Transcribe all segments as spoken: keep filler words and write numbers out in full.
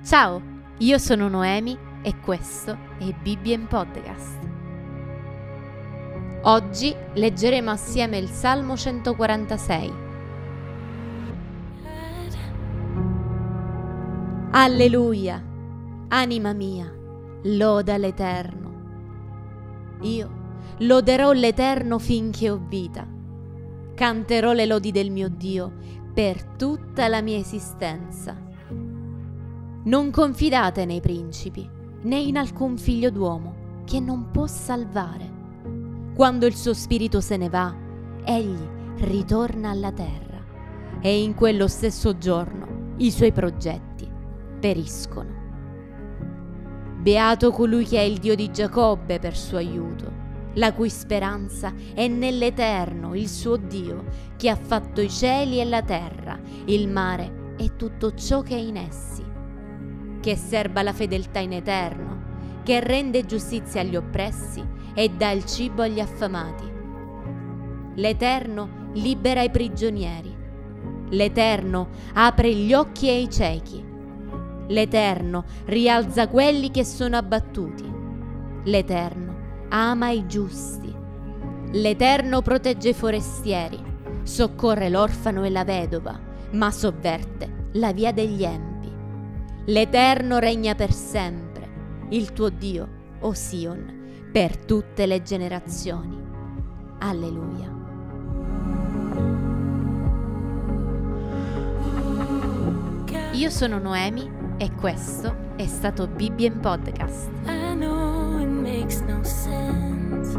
Ciao, io sono Noemi e questo è Bibbia in Podcast. Oggi leggeremo assieme il Salmo centoquarantasei. Alleluia, anima mia, loda l'Eterno. Io loderò l'Eterno finché ho vita. Canterò le lodi del mio Dio per tutta la mia esistenza. Non confidate nei principi, né in alcun figlio d'uomo, che non può salvare. Quando il suo spirito se ne va, egli ritorna alla terra, e in quello stesso giorno i suoi progetti periscono. Beato colui che ha il Dio di Giacobbe per suo aiuto, la cui speranza è nell'Eterno, il suo Dio, che ha fatto i cieli e la terra, il mare e tutto ciò che è in essi, che serba la fedeltà in eterno, che rende giustizia agli oppressi e dà il cibo agli affamati. L'Eterno libera i prigionieri. L'Eterno apre gli occhi ai ciechi. L'Eterno rialza quelli che sono abbattuti. L'Eterno ama i giusti. L'Eterno protegge i forestieri, soccorre l'orfano e la vedova, ma sovverte la via degli empi. L'Eterno regna per sempre, il tuo Dio, o Sion, per tutte le generazioni. Alleluia. Io sono Noemi e questo è stato Bibbia in Podcast. I know it makes no sense.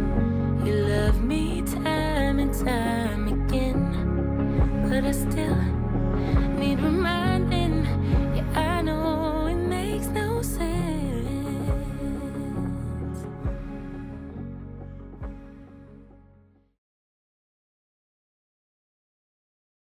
You love me time and time again, but I still